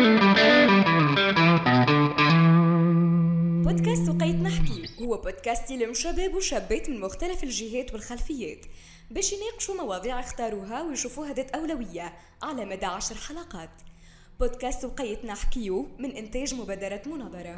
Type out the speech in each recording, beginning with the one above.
بودكاست وقيت نحكي هو بودكاست يلم شباب وشابات من مختلف الجهات والخلفيات باش يناقشوا مواضيع اختاروها ويشوفوها ذات أولوية على مدى 10 حلقات. بودكاست وقيت نحكيو من إنتاج مبادرة مناظرة.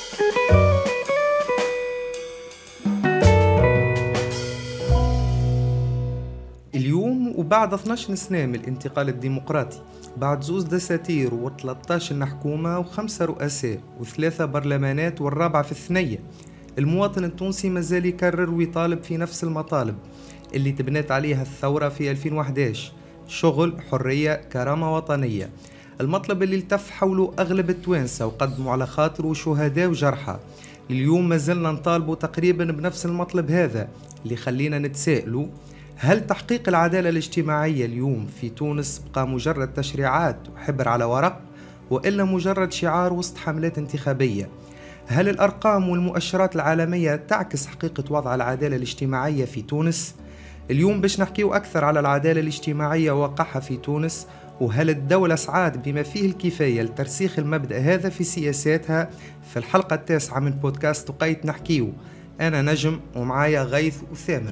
اليوم وبعد 12 سنة من الانتقال الديمقراطي، بعد 2 دساتير و13 حكومة و5 رؤساء و3 برلمانات والرابعة في الثنية، المواطن التونسي مازال يكرر ويطالب في نفس المطالب اللي تبنت عليها الثورة في 2011: شغل، حرية، كرامة وطنية. المطلب اللي التف حوله أغلب التوانسة وقدموا على خاطره شهداء وجرحى. اليوم مازلنا نطالبوا تقريبا بنفس المطلب هذا، اللي خلينا نتسائلوا: هل تحقيق العدالة الاجتماعية اليوم في تونس بقى مجرد تشريعات وحبر على ورق، وإلا مجرد شعار وسط حملات انتخابية؟ هل الأرقام والمؤشرات العالمية تعكس حقيقة وضع العدالة الاجتماعية في تونس؟ اليوم باش نحكيو أكثر على العدالة الاجتماعية ووقعها في تونس، وهل الدولة سعاد بما فيه الكفاية لترسيخ المبدأ هذا في سياساتها؟ في الحلقة 9 من بودكاست وقيت نحكيو. أنا نجم ومعايا غيث وثامر.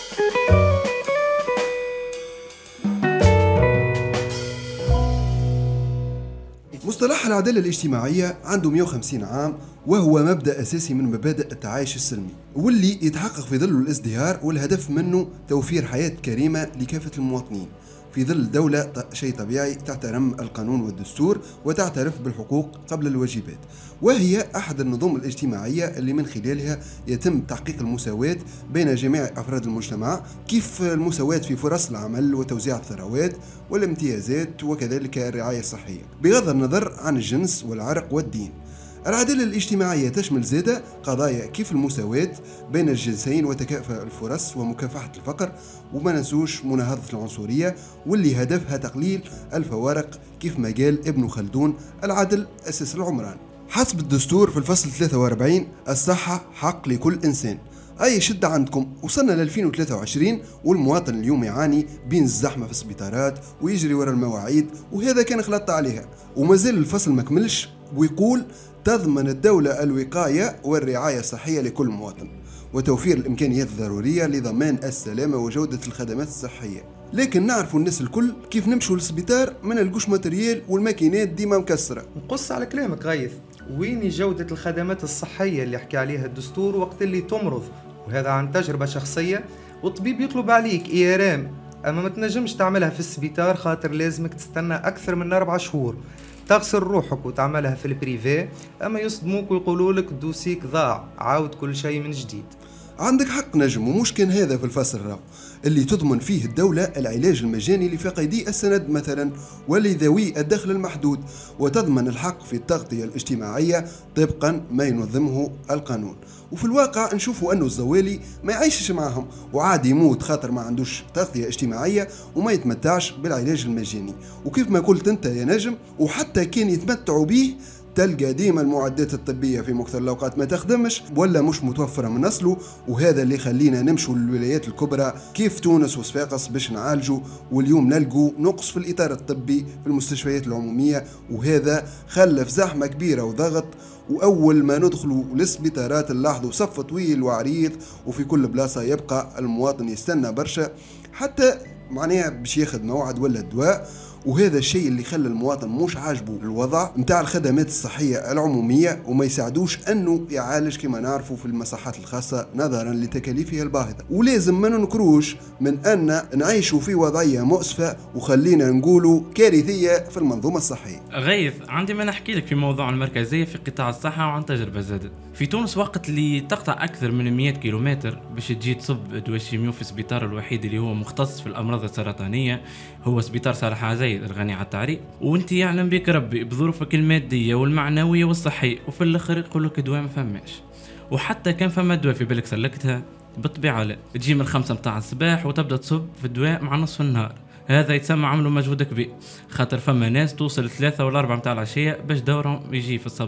مصطلح العدالة الاجتماعية عنده 150 عام، وهو مبدأ أساسي من مبادئ التعايش السلمي، واللي يتحقق في ظل الازدهار، والهدف منه توفير حياة كريمة لكافة المواطنين في ظل دولة شيء طبيعي تحترم القانون والدستور وتعترف بالحقوق قبل الواجبات. وهي أحد النظم الاجتماعية اللي من خلالها يتم تحقيق المساواة بين جميع أفراد المجتمع، كيف المساواة في فرص العمل وتوزيع الثروات والامتيازات، وكذلك الرعاية الصحية بغض النظر عن الجنس والعرق والدين. العدالة الاجتماعية تشمل زادة قضايا كيف المساواة بين الجنسين وتكافؤ الفرص ومكافحة الفقر، وما ننسوش مناهضة العنصرية واللي هدفها تقليل الفوارق، كيف ما قال ابن خلدون: العدل أساس العمران. حسب الدستور في الفصل 43: الصحة حق لكل إنسان. أي شدة عندكم. وصلنا ل 2023 والمواطن اليوم يعاني بين الزحمة في السبيطارات ويجري وراء المواعيد، وهذا كان غلط عليها. ومازال الفصل ما كملش ويقول: تضمن الدولة الوقاية والرعاية الصحية لكل مواطن، وتوفير الإمكانيات الضرورية لضمان السلامة وجودة الخدمات الصحية. لكن نعرفوا الناس الكل كيف نمشوا للسبيطار ما نلقوش ماتريال والماكينات ديما مكسرة. نقص على كلامك غيث، وين جودة الخدمات الصحية اللي يحكي عليها الدستور وقت اللي تمرض؟ وهذا عن تجربة شخصية، والطبيب يطلب عليك إيرام، أما ما تنجمش تعملها في السبيطار خاطر لازمك تستنى أكثر من 4 شهور. تغسل روحك وتعملها في البريفي، أما يصدموك ويقولوا لك دوسيك ضاع، عاود كل شيء من جديد. عندك حق نجم، ومش كان هذا في الفصل الرابع اللي تضمن فيه الدولة العلاج المجاني لفاقدي السند مثلا ولذوي الدخل المحدود، وتضمن الحق في التغطية الاجتماعية طبقا ما ينظمه القانون. وفي الواقع نشوفوا أنه الزوالي ما يعيشش معهم وعادي يموت خاطر ما عندوش تغطية اجتماعية وما يتمتعش بالعلاج المجاني. وكيف ما قلت انت يا نجم، وحتى كان يتمتعوا به تلقى ديما المعدات الطبية في مكثر الأوقات ما تخدمش ولا مش متوفرة من أصله. وهذا اللي خلينا نمشوا للولايات الكبرى كيف تونس وصفاقس باش نعالجوا، واليوم نلقوا نقص في الإطار الطبي في المستشفيات العمومية، وهذا خلف زحمة كبيرة وضغط. وأول ما ندخلوا للسبيطارات نلاحظوا صف طويل وعريض، وفي كل بلاصة يبقى المواطن يستنى برشا حتى معناها باش ياخد موعد ولا الدواء. وهذا الشيء اللي خلى المواطن مش عاجبه الوضع متاع الخدمات الصحية العمومية، وما يساعدوش أنه يعالج كما نعرفوا في المصحات الخاصة نظرا لتكاليفها الباهظة. ولازم ما ننكروش من أن نعيشوا في وضعية مؤسفة وخلينا نقولوا كارثية في المنظومة الصحية. غيث، عندي ما نحكي لك في موضوع المركزية في قطاع الصحة وعن تجربة زادت في تونس. وقت اللي تقطع أكثر من 100 كيلومتر باش تجي تصب دواء شيميو في السبيطار الوحيد اللي هو مختص في الأمراض السرطانية، هو سبيطار صالح عزايد الغني عن التعريف. وانت يعلم بك ربي بظروفك المادية والمعنوية والصحية، وفي الآخر يقول لك دواء ما فماش. وحتى كان فما دواء في بالك سلكتها بالطبيعة لا، تجي من 5 متاع الصباح وتبدأ تصب في الدواء مع نصف النهار. هذا يتسمى عملوا مجهود كبير، خاطر فما ناس توصل 3 ولا 4 متاع العشية باش دورهم يجي في الصباح.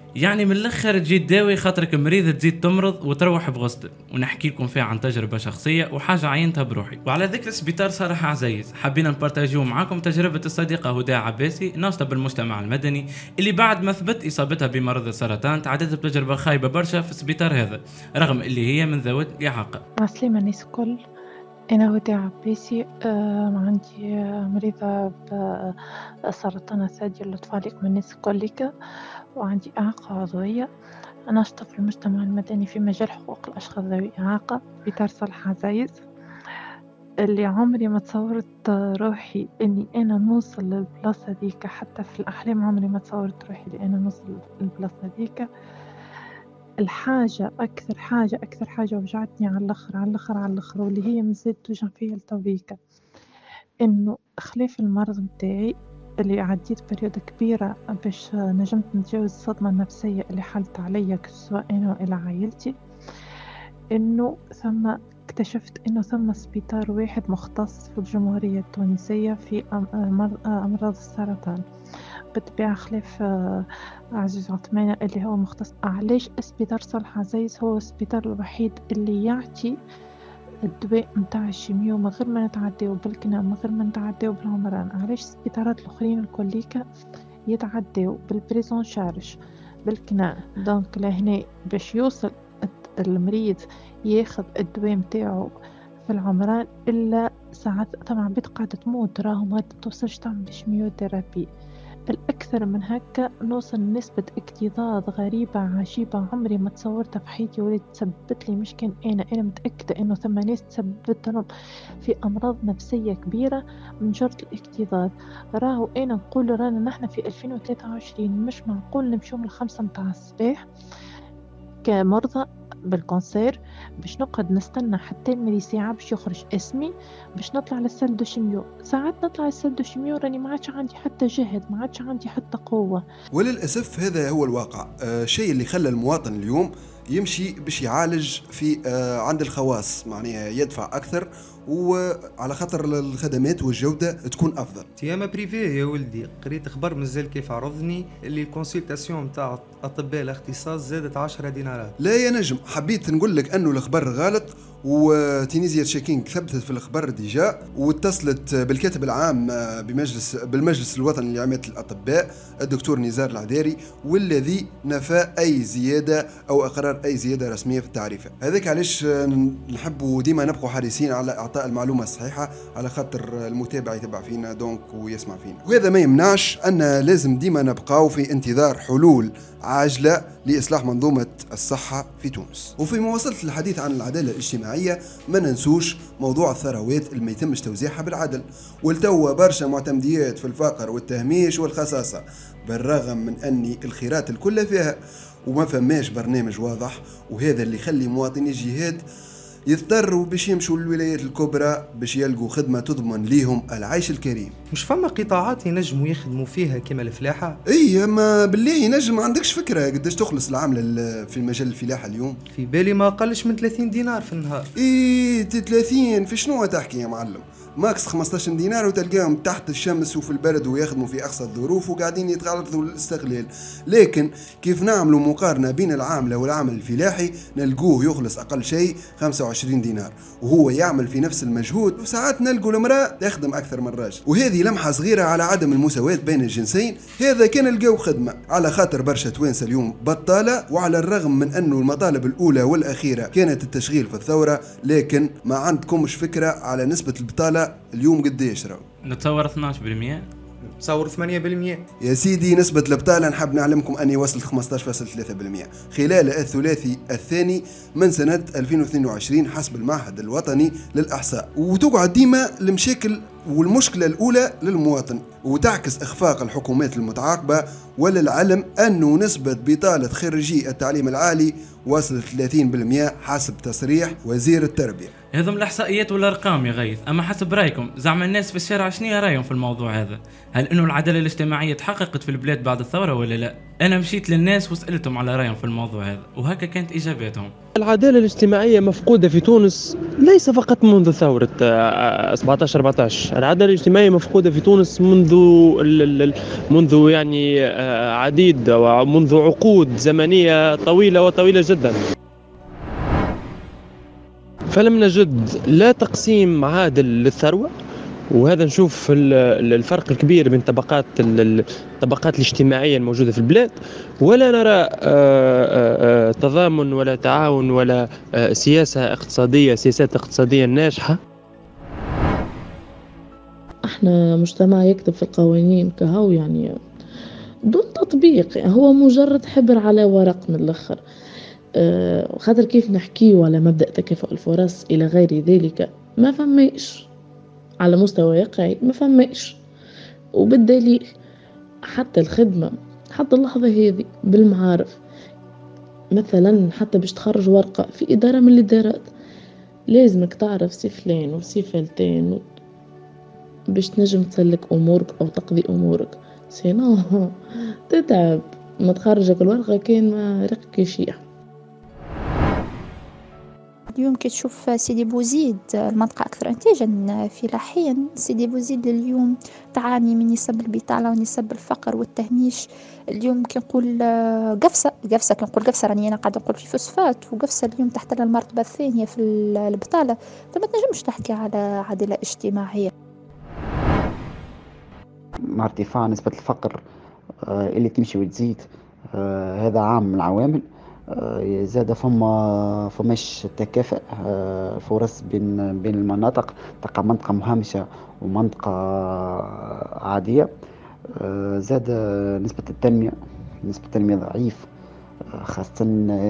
يعني من الاخر تجي تداوي خاطرك مريض تزيد تمرض وتروح بغصتك. ونحكي لكم فيها عن تجربه شخصيه وحاجه عينتها بروحي. وعلى ذكر سبيطار صالح عزايز حبينا نبارتاجيو معاكم تجربه الصديقه هدى عباسي ناشطه بالمجتمع المدني اللي بعد ما ثبت اصابتها بمرض السرطان تعدت بتجربه خايبه برشا في السبيطار هذا رغم اللي هي من ذوات الاعاقه. عسلامة الناس الكل. أنا هدى عباسي، عندي مريضة بسرطان الثدي الأطفال من الناس كلك، وعندي إعاقة عضوية. أنا أشتغل في المجتمع المدني في مجال حقوق الأشخاص ذوي إعاقة في دار صالح عزايز. اللي عمري ما تصورت روحي إني أنا نوصل للبلاصة ديك، حتى في الأحلام عمري ما تصورت روحي إني أنا نوصل للبلاصة ديك. أكثر حاجة وجعتني على الآخر واللي هي مازالت توجع فيا لتويكا، إنه خلاف المرض متاعي اللي عديت بريود كبيرة باش نجمت نتجاوز الصدمة النفسية اللي حلت عليا سواء أنا وإلى عائلتي، إنه اكتشفت إنه ثم سبيطار واحد مختص في الجمهورية التونسية في أمراض السرطان. بالطبيعة خلاف عزيز عثمانة اللي هو مختص. علاش سبيطار صالح عزايز هو السبيطار الوحيد اللي يعطي الدواء متاع الشيميو من غير ما نتعداو بالكنا، من غير ما نتعداو بالعمران؟ علاش السبيطارات الاخرين الكليكا يتعداو بالبريزون شارج بالكنا؟ دونك لهنا باش يوصل المريض ياخذ الدواء متاعو في العمران الا ساعات طبعا بيت قاعدة تموت، راهو ما توصلش تعمل شيميوثيرابي. الأكثر من هكا نوصل لنسبة اكتظاظ غريبة عجيبة عمري ما تصورتها في حياتي، ولات تسببت لي مش كان أنا متأكدة إنه ثم ناس تسببت لهم في أمراض نفسية كبيرة من جرة الاكتظاظ. راهو أنا نقول رانا نحن في 2023 مش معقول نمشيو من 5 متاع الصباح كمرضى بالكونسير باش نقعد نستنى حتى المري ساعة باش يخرج اسمي باش نطلع للسال دو شيميو. ساعات نطلع للسال دو شيميو راني ما عادش عندي حتى جهد، ما عادش عندي حتى قوة. وللأسف هذا هو الواقع. الشيء اللي خلى المواطن اليوم يمشي باش يعالج في عند الخواص، معناها يدفع أكثر وعلى خاطر الخدمات والجودة تكون أفضل. تياما بريفي يا ولدي، قريت خبر مازال كيف عرضني اللي الكونسلتاسيون متاع أطباء الاختصاص زادت 10 دينارات. لا يا نجم، حبيت نقول لك أنه الخبر غلط، وتينيزيا تشيكينج ثبتت في الخبر ديجا واتصلت بالكاتب العام بالمجلس الوطني لعمالة الأطباء الدكتور نزار العداري، والذي نفى أي زيادة أو أقرار أي زيادة رسمية في التعريفة. هذاك علاش نحبوا ديما نبقوا حريصين على إعطاء المعلومة الصحيحة على خاطر المتابع يتبع فينا دونك ويسمع فينا، وهذا ما يمنعش أن لازم ديما نبقاو في انتظار حلول عاجلة لإصلاح منظومة الصحة في تونس. وفي مواصلة الحديث عن العدالة الاجتماعية ما ننسوش موضوع الثروات اللي ما يتمش توزيعها بالعدل، والتو برشا معتمديات في الفقر والتهميش والخصاصة، بالرغم من أن الخيرات الكل فيها وما فماش برنامج واضح. وهذا اللي يخلي مواطني الجهاد يضطروا باش يمشوا للولايات الكبرى باش يلقوا خدمة تضمن ليهم العيش الكريم. مش فما قطاعات ينجموا يخدموا فيها كما الفلاحة؟ اي اما بالله ينجم، ما عندكش فكرة قداش تخلص العاملة في مجال الفلاحة اليوم؟ في بالي ما قلش من 30 دينار في النهار. ايه 30 في شنو تحكي يا معلم؟ ماكس 15 دينار وتلقاهم تحت الشمس وفي البرد ويخدموا في أقصى الظروف وقاعدين يتعرضوا للاستغلال. لكن كيف نعملوا مقارنة بين العاملة والعمل الفلاحي نلقوه يخلص أقل شيء 25 دينار وهو يعمل في نفس المجهود، وساعات نلقوا المرأة تخدم أكثر من الراجل. وهذه لمحة صغيرة على عدم المساواة بين الجنسين. هذا كان لقاو خدمة على خاطر برشا توانسة اليوم بطالة، وعلى الرغم من أنه المطالب الأولى والأخيرة كانت التشغيل في الثورة، لكن ما عندكمش فكرة على نسبة البطالة اليوم قديش راهو؟ نتصور 12%، تصور 8%. يا سيدي نسبة البطالة نحب نعلمكم أني وصلت 15.3% خلال الثلاثي الثاني من سنة 2022 حسب المعهد الوطني للإحصاء. وتقعد ديما المشاكل والمشكلة الأولى للمواطن، وتعكس إخفاق الحكومات المتعاقبة وللعلم أنه نسبة بطالة خريجي التعليم العالي وصلت 30% حسب تصريح وزير التربية. هذم الإحصائيات والأرقام يا غيث، أما حسب رأيكم زعما الناس في الشارع شنو رأيهم في الموضوع هذا؟ هل إنه العدالة الاجتماعية تحققت في البلاد بعد الثورة ولا لا؟ أنا مشيت للناس وسألتهم على رأيهم في الموضوع هذا وهكا كانت إجاباتهم. العدالة الاجتماعية مفقودة في تونس ليس فقط منذ ثورة 17-14. العدالة الاجتماعية مفقودة في تونس منذ يعني عديد ومنذ عقود زمنية طويلة جدا. فلم نجد لا تقسيم عادل للثروة، وهذا نشوف الفرق الكبير بين الطبقات الاجتماعية الموجودة في البلاد، ولا نرى تضامن ولا تعاون ولا سياسات اقتصادية ناجحة. احنا مجتمع يكتب في القوانين كهو يعني دون تطبيق، يعني هو مجرد حبر على ورق من الآخر. خاطر كيف نحكيه على مبدأ تكافؤ الفرص إلى غير ذلك ما فماش على مستوى واقعي، ما فماش. وبالدليل حتى الخدمة حتى اللحظة هذه بالمعارف، مثلا حتى باش تخرج ورقة في إدارة من الإدارات لازمك تعرف سي فلان وسي فلتان باش تنجم تسلك أمورك أو تقضي أمورك، سينو تتعب ما تخرجك الورقة كان ما رقك يشيح. اليوم كي تشوف سيدي بوزيد المنطقة أكثر إنتاجا فلاحيا، سيدي بوزيد اليوم تعاني من نسب البطالة ونسب الفقر والتهميش. اليوم كي نقول قفصة كي نقول قفصة راني أنا قاعدة نقول في فوسفات، وقفصة اليوم تحتل المرتبة الثانية في البطالة، فما تنجمش تحكي على عدالة اجتماعية. مع ارتفاع نسبة الفقر اللي تمشي وتزيد، هذا عام من العوامل. زاد فماش تكافؤ فرص بين المناطق، تلقى منطقة مهمشة ومنطقة عادية. زاد نسبة التنمية ضعيف، خاصة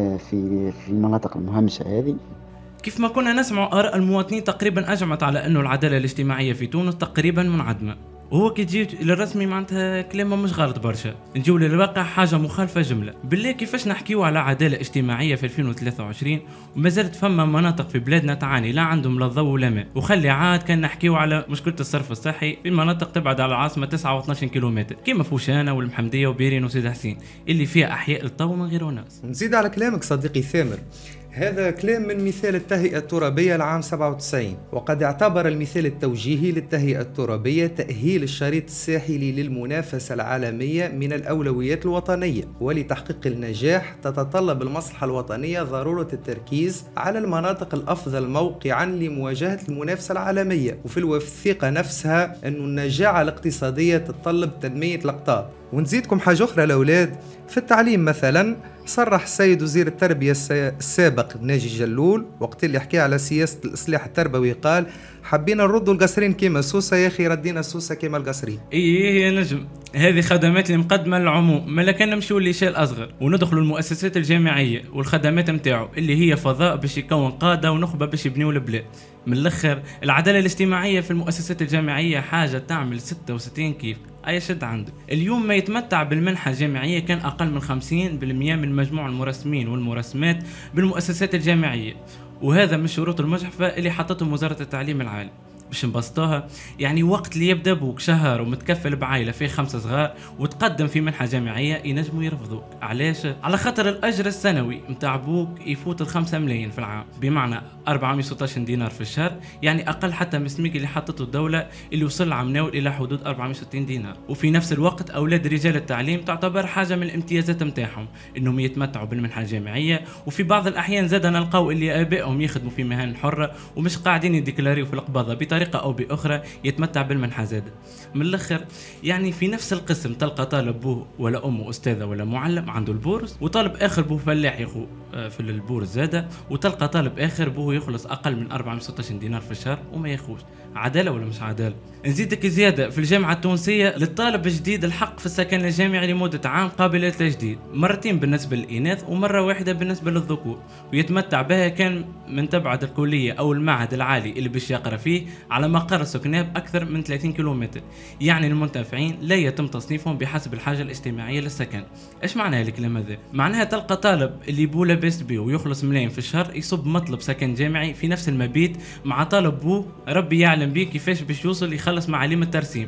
في المناطق المهمشة هذه. كيف ما كنا نسمع آراء المواطنين تقريبا أجمعت على أنه العدالة الاجتماعية في تونس تقريبا منعدمة. وهو كي تجي للرسمي معناتها كلامه مش غلط برشا، نجيو للواقع حاجه مخالفه جمله. بالله كيفاش نحكيو على عداله اجتماعيه في 2023 وما زالت فما مناطق في بلادنا تعاني لا عندهم لا ضوء ولا ماء؟ وخلي عاد كان نحكيو على مشكله الصرف الصحي في مناطق تبعد على العاصمه 9 و12 كيلومتر كيما فوشانه والمحمديه وبيرين وسيد حسين اللي فيها احياء للطو من غير ناس. نزيد على كلامك صديقي ثامر، هذا كلام من مثال التهيئة الترابية العام 97، وقد اعتبر المثال التوجيهي للتهيئة الترابية تأهيل الشريط الساحلي للمنافسة العالمية من الأولويات الوطنية. ولتحقيق النجاح تتطلب المصلحة الوطنية ضرورة التركيز على المناطق الأفضل موقعا لمواجهة المنافسة العالمية، وفي الوثيقة نفسها أن النجاعة الاقتصادية تتطلب تنمية الأقطاب. ونزيدكم حاجة أخرى الأولاد، في التعليم مثلا صرح السيد وزير التربية السابق ناجي جلول وقت اللي حكي على سياسة الإصلاح التربوي، قال حبينا نردوا القصرين كيما سوسة، يا أخي ردينا سوسة كيما القصرين. إيه يا نجم، هذه خدمات اللي مقدمة للعموم، ما لكن نمشيو لشيء أصغر وندخلوا المؤسسات الجامعية والخدمات متاعو اللي هي فضاء باش يكون قادة ونخبة باش يبنيوا البلاد. من الأخر العدالة الاجتماعية في المؤسسات الجامعية حاجة تعمل 66 كيف أي شد عندك. اليوم ما يتمتع بالمنحة الجامعية كان أقل من 50% من مجموع المرسمين والمرسمات بالمؤسسات الجامعية، وهذا من الشروط المجحفة اللي حطتهم وزارة التعليم العالي باش نبسطوها. يعني وقت اللي يبدا بوك شهر ومتكفل بعائله فيه 5 صغار وتقدم في منحه جامعيه ينجموا يرفضوك. علاش؟ على خاطر الاجر السنوي متاع بوك يفوت ال5 ملايين في العام، بمعنى 416 دينار في الشهر، يعني اقل حتى من السميك اللي حطته الدوله اللي وصل عام ناول الى حدود 460 دينار. وفي نفس الوقت اولاد رجال التعليم تعتبر حاجه من الامتيازات نتاعهم انهم يتمتعوا بالمنحه الجامعيه، وفي بعض الاحيان زاد نلقاو اللي ابائهم يخدموا في مهن حره ومش قاعدين يديكلاريو في القباضه بطريقه او باخرى يتمتع بالمنحه زاده. من الاخر يعني في نفس القسم تلقى طالب بوه ولا امه استاذه ولا معلم عنده البورس، وطالب اخر بوه فلاح يخو في البورس زاده، وتلقى طالب اخر بوه يخلص اقل من 416 دينار في الشهر وما يخوش. عداله ولا مش عداله؟ نزيدك زياده، في الجامعه التونسيه للطالب الجديد الحق في السكن الجامعي لمده عام قابل للتجديد، مرتين بالنسبه للاناث ومره واحده بالنسبه للذكور، ويتمتع بها كان من تبعد الكليه او المعهد العالي اللي باش يقرا فيه على مقر سكناه باكثر من 30 كيلومتر. يعني المنتفعين لا يتم تصنيفهم بحسب الحاجه الاجتماعيه للسكن. ايش معناها الكلام هذا؟ معناها تلقى طالب اللي بو لاباس بيه ويخلص ملايين في الشهر يصب مطلب سكن جامعي في نفس المبيت مع طالب بوه ربي يعلم بيه كيفاش باش يوصل يخلص معالم الترسيم،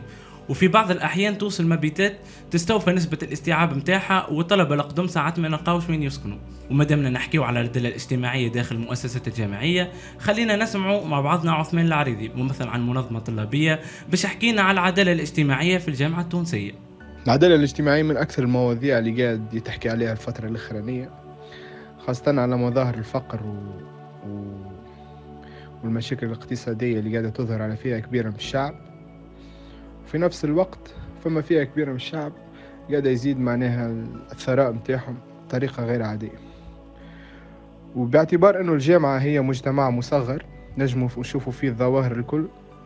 وفي بعض الأحيان توصل مبيتات تستوفى نسبة الاستيعاب متاعها والطلبة لقدم ساعات ما نلقاوش وين يسكنوا. ومادامنا نحكيو على العدالة الاجتماعية داخل المؤسسات الجامعية، خلينا نسمعوا مع بعضنا عثمان العريضي ممثل عن منظمة طلابية باش يحكينا على العدالة الاجتماعية في الجامعة التونسية. العدالة الاجتماعية من أكثر المواضيع اللي قاعد يتحكي عليها الفترة الأخرانية، خاصة على مظاهر الفقر والمشاكل الاقتصادية اللي قاعدة تظهر على فئة كبيرة من الشعب. وفي نفس الوقت فما فئة كبيرة من الشعب قاعدة يزيد معناها الثراء متاعهم بطريقة غير عادية. وباعتبار أنه الجامعة هي مجتمع مصغر نجموا نشوفوا فيه الظواهر الكل،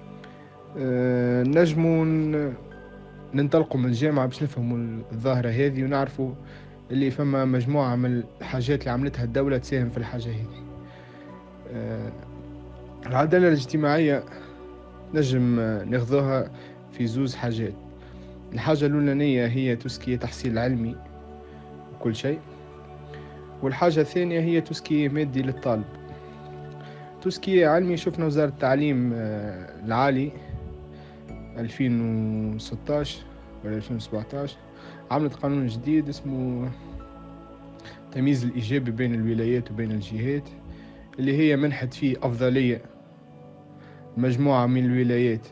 نجموا ننطلقوا من الجامعة باش نفهموا الظاهرة هذه ونعرفوا اللي فما مجموعة من الحاجات اللي عملتها الدولة تساهم في الحاجة هذه. العدالة الاجتماعية نجم ناخذوها في زوز حاجات. الحاجة الأولانية هي تسكية تحصيل علمي وكل شيء، والحاجة الثانية هي تسكية مادي للطالب. تسكية علمي، شفنا وزارة التعليم العالي 2016 ولا 2017 عملت قانون جديد اسمه التمييز الإيجابي بين الولايات وبين الجهات، اللي هي منحت فيه أفضلية مجموعة من الولايات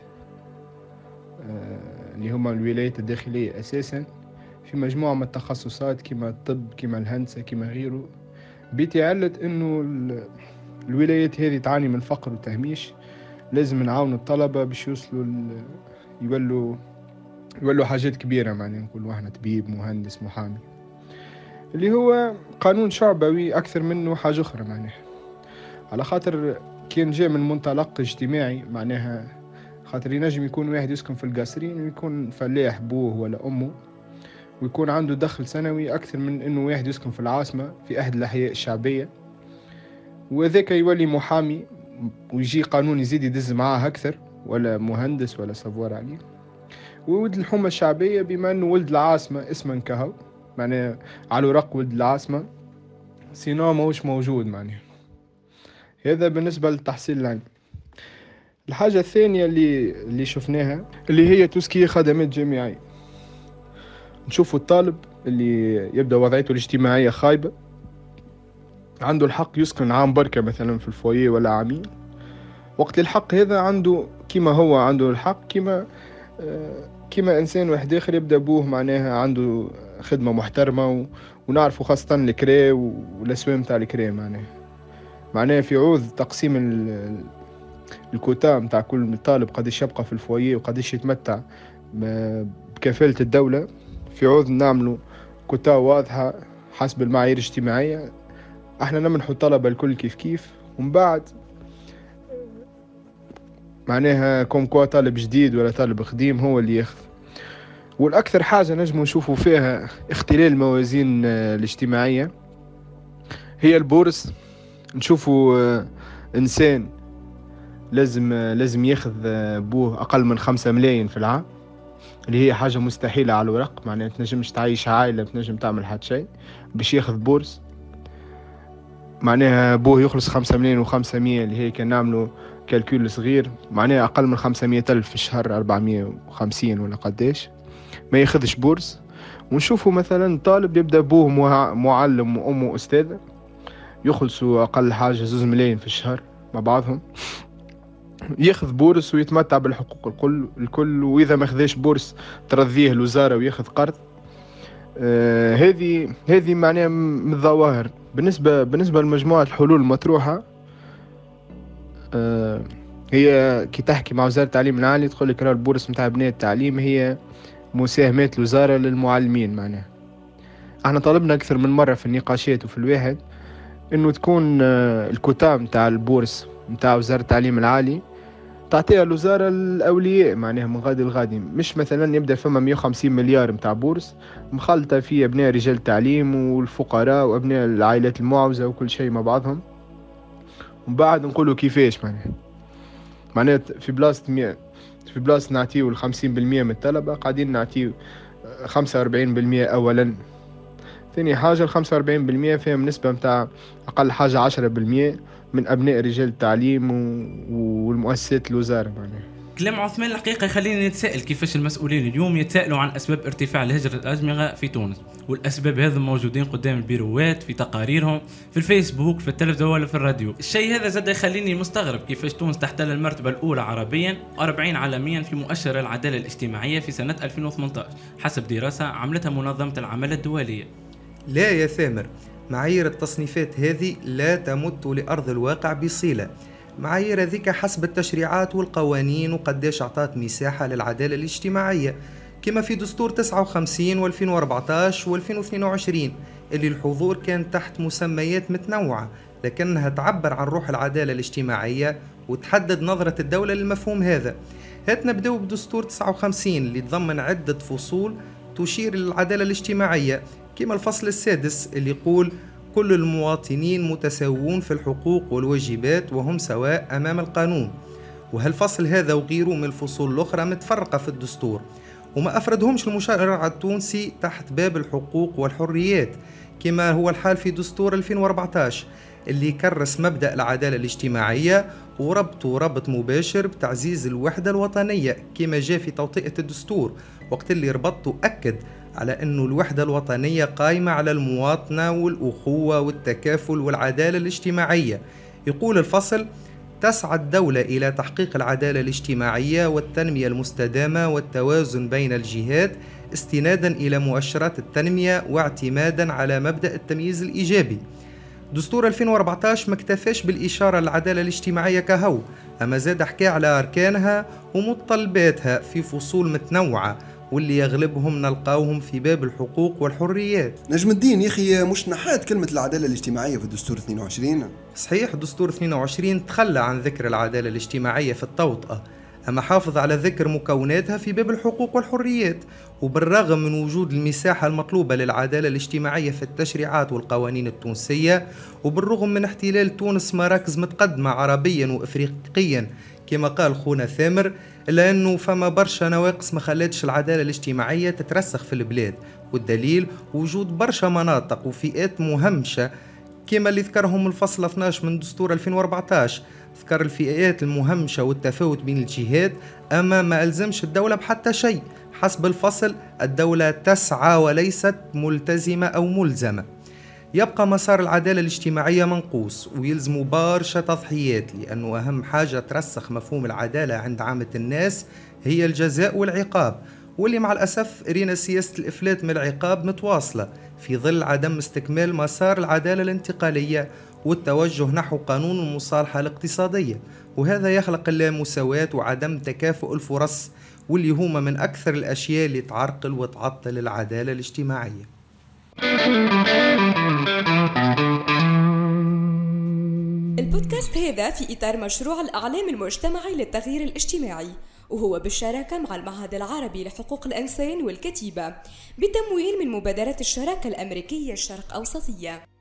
اللي هما الولايات الداخلية أساسا في مجموعة من التخصصات كما الطب كما الهندسة كما غيره، بتعلة أنه الولايات هذه تعاني من فقر وتهميش. لازم نعاون الطلبة باش يوصلوا يولوا حاجات كبيرة، معناه نقولوا احنا طبيب مهندس محامي، اللي هو قانون شعبوي أكثر منه حاجة أخرى. معناه على خاطر كان جاء من منطلق اجتماعي، معناها خاطر ينجم يكون واحد يسكن في القصرين ويكون فلاح بوه ولا أمه ويكون عنده دخل سنوي أكثر من إنه واحد يسكن في العاصمة في أحد الأحياء الشعبية، وذاك يولي محامي ويجي قانون يزيد يدز معاه أكثر، ولا مهندس ولا سافوار عليه. وولد الحومة الشعبية بما أنه ولد العاصمة اسما كهو، معناه على ورق ولد العاصمة، سينو موش موجود. معناه هذا بالنسبة للتحصيل العلمي. الحاجة الثانية اللي شفناها اللي هي تسكية خدمات جامعية. نشوفوا الطالب اللي يبدأ وضعيته الاجتماعية خايبة، عنده الحق يسكن عام بركة مثلا في الفوية ولا عامين، وقت الحق هذا عنده كما هو عنده الحق كما إنسان واحد آخر يبدأ بوه معناها عنده خدمة محترمة. ونعرفوا خاصة الكرا والأسوام تاع الكرا، معناها في عوض تقسيم الكوتا متاع كل طالب قديش يبقى في الفوية وقديش يتمتع بكفالة الدولة، في عوض نعملوا كوتا واضحة حسب المعايير الاجتماعية، احنا نمنحوا الطلبة الكل كيف ومن بعد معناها كوم كوا طالب جديد ولا طالب قديم هو اللي ياخذ. والأكثر حاجة نجموا نشوفوا فيها اختلال الموازين الاجتماعية هي البورس. نشوفوا إنسان لازم ياخذ بوه أقل من 5 ملايين في العام، اللي هي حاجة مستحيلة على الورق، معناها تنجمش تعيش عائلة، تنجم تعمل حد شيء باش ياخذ بورس. معناها بوه يخلص 5 ملايين و500 اللي هي كان نعملوا كالكول صغير، معناها أقل من 500 ألف في الشهر، 450 ولا قداش ما ياخذش بورس. ونشوفوا مثلا طالب يبدأ بوه معلم وأمه أستاذة يخلصوا أقل حاجة 2 ملايين في الشهر مع بعضهم، ياخذ بورس ويتمتع بالحقوق الكل. وإذا ما خذاش بورس ترضيه الوزارة وياخذ قرض. هذه معناها من الظواهر. بالنسبة لمجموعة الحلول المطروحة، هي كي تحكي مع وزارة التعليم العالي تقول لك البورس متاع بناء التعليم هي مساهمات الوزارة للمعلمين. معناها احنا طلبنا أكثر من مرة في النقاشات وفي الواحد إنه تكون الكوتا متاع البورس متاع وزارة التعليم العالي تعطيها الوزارة الأولياء، معناها من غادي الغادي، مش مثلا يبدأ فما 150 مليار متاع بورس مخلطة في أبناء رجال التعليم والفقراء وأبناء العائلات المعوزة وكل شيء مع بعضهم، ومن بعد نقولوا كيفاش. معناها في بلاصة نعطيو 50% من الطلبة قاعدين نعطيو 45% أولا. ثاني حاجة 45% فيهم نسبة متاع أقل حاجة 10% من أبناء رجال التعليم والمؤسسات الوزارة. معناها كلام عثمان الحقيقة يخليني نتساءل كيفاش المسؤولين اليوم يتساءلوا عن أسباب ارتفاع الهجرة الأزمغة في تونس، والأسباب هذا موجودين قدام البيروات في تقاريرهم في الفيسبوك في التلفزة ولا في الراديو. الشيء هذا زاد يخليني مستغرب كيفاش تونس تحتل المرتبة الأولى عربيا و40 عالميا في مؤشر العدالة الاجتماعية في سنة 2018 حسب دراسة عملتها منظمة العمل الدولية. لا يا ثامر، معايير التصنيفات هذه لا تمت لأرض الواقع بصلة. معايير ذيك حسب التشريعات والقوانين وقداش أعطات مساحة للعدالة الاجتماعية، كما في دستور 59 و2014 و2022 اللي الحضور كان تحت مسميات متنوعة لكنها تعبر عن روح العدالة الاجتماعية وتحدد نظرة الدولة للمفهوم هذا. هات نبدأ بدستور 59 اللي تضمن عدة فصول تشير للعدالة الاجتماعية، كما الفصل السادس اللي يقول كل المواطنين متساوون في الحقوق والواجبات وهم سواء أمام القانون. وهالفصل هذا وغيره من الفصول الأخرى متفرقة في الدستور وما أفردهمش المشرع التونسي تحت باب الحقوق والحريات، كما هو الحال في دستور 2014 اللي كرس مبدأ العدالة الاجتماعية وربطه ربط مباشر بتعزيز الوحدة الوطنية، كما جاء في توطئة الدستور وقت اللي ربطه أكد على أنه الوحدة الوطنية قائمة على المواطنة والأخوة والتكافل والعدالة الاجتماعية. يقول الفصل: تسعى الدولة إلى تحقيق العدالة الاجتماعية والتنمية المستدامة والتوازن بين الجهات استنادا إلى مؤشرات التنمية واعتمادا على مبدأ التمييز الإيجابي. دستور 2014 ما اكتفاش بالإشارة للعدالة الاجتماعية كهو، أما زاد حكى على أركانها ومتطلباتها في فصول متنوعة واللي يغلبهم نلقاوهم في باب الحقوق والحريات. نجم الدين يا أخي، مش نحات كلمة العدالة الاجتماعية في الدستور 22؟ صحيح دستور 22 تخلى عن ذكر العدالة الاجتماعية في التوطئة، أما حافظ على ذكر مكوناتها في باب الحقوق والحريات. وبالرغم من وجود المساحة المطلوبة للعدالة الاجتماعية في التشريعات والقوانين التونسية، وبالرغم من احتلال تونس مراكز متقدمة عربيا وإفريقيا كما قال خونا ثامر، إلا أنه فما برشا نواقص ما خلتش العدالة الاجتماعية تترسخ في البلاد، والدليل وجود برشا مناطق وفئات مهمشة كما اللي ذكرهم الفصل 12 من دستور 2014. ذكر الفئات المهمشة والتفاوت بين الجهات، أما ما ألزمش الدولة بحتى شيء. حسب الفصل الدولة تسعى وليست ملتزمة أو ملزمة. يبقى مسار العدالة الاجتماعية منقوص ويلزموا برشا تضحيات، لأنه أهم حاجة ترسخ مفهوم العدالة عند عامة الناس هي الجزاء والعقاب، واللي مع الأسف رينا سياسة الإفلات من العقاب متواصلة في ظل عدم استكمال مسار العدالة الانتقالية والتوجه نحو قانون المصالحة الاقتصادية، وهذا يخلق اللامساواة وعدم تكافؤ الفرص، واللي هما من أكثر الأشياء اللي تعرقل وتعطل العدالة الاجتماعية. البودكاست هذا في إطار مشروع الإعلام المجتمعي للتغيير الاجتماعي، وهو بالشراكة مع المعهد العربي لحقوق الإنسان والكتيبة بتمويل من مبادرة الشراكة الأمريكية الشرق أوسطية.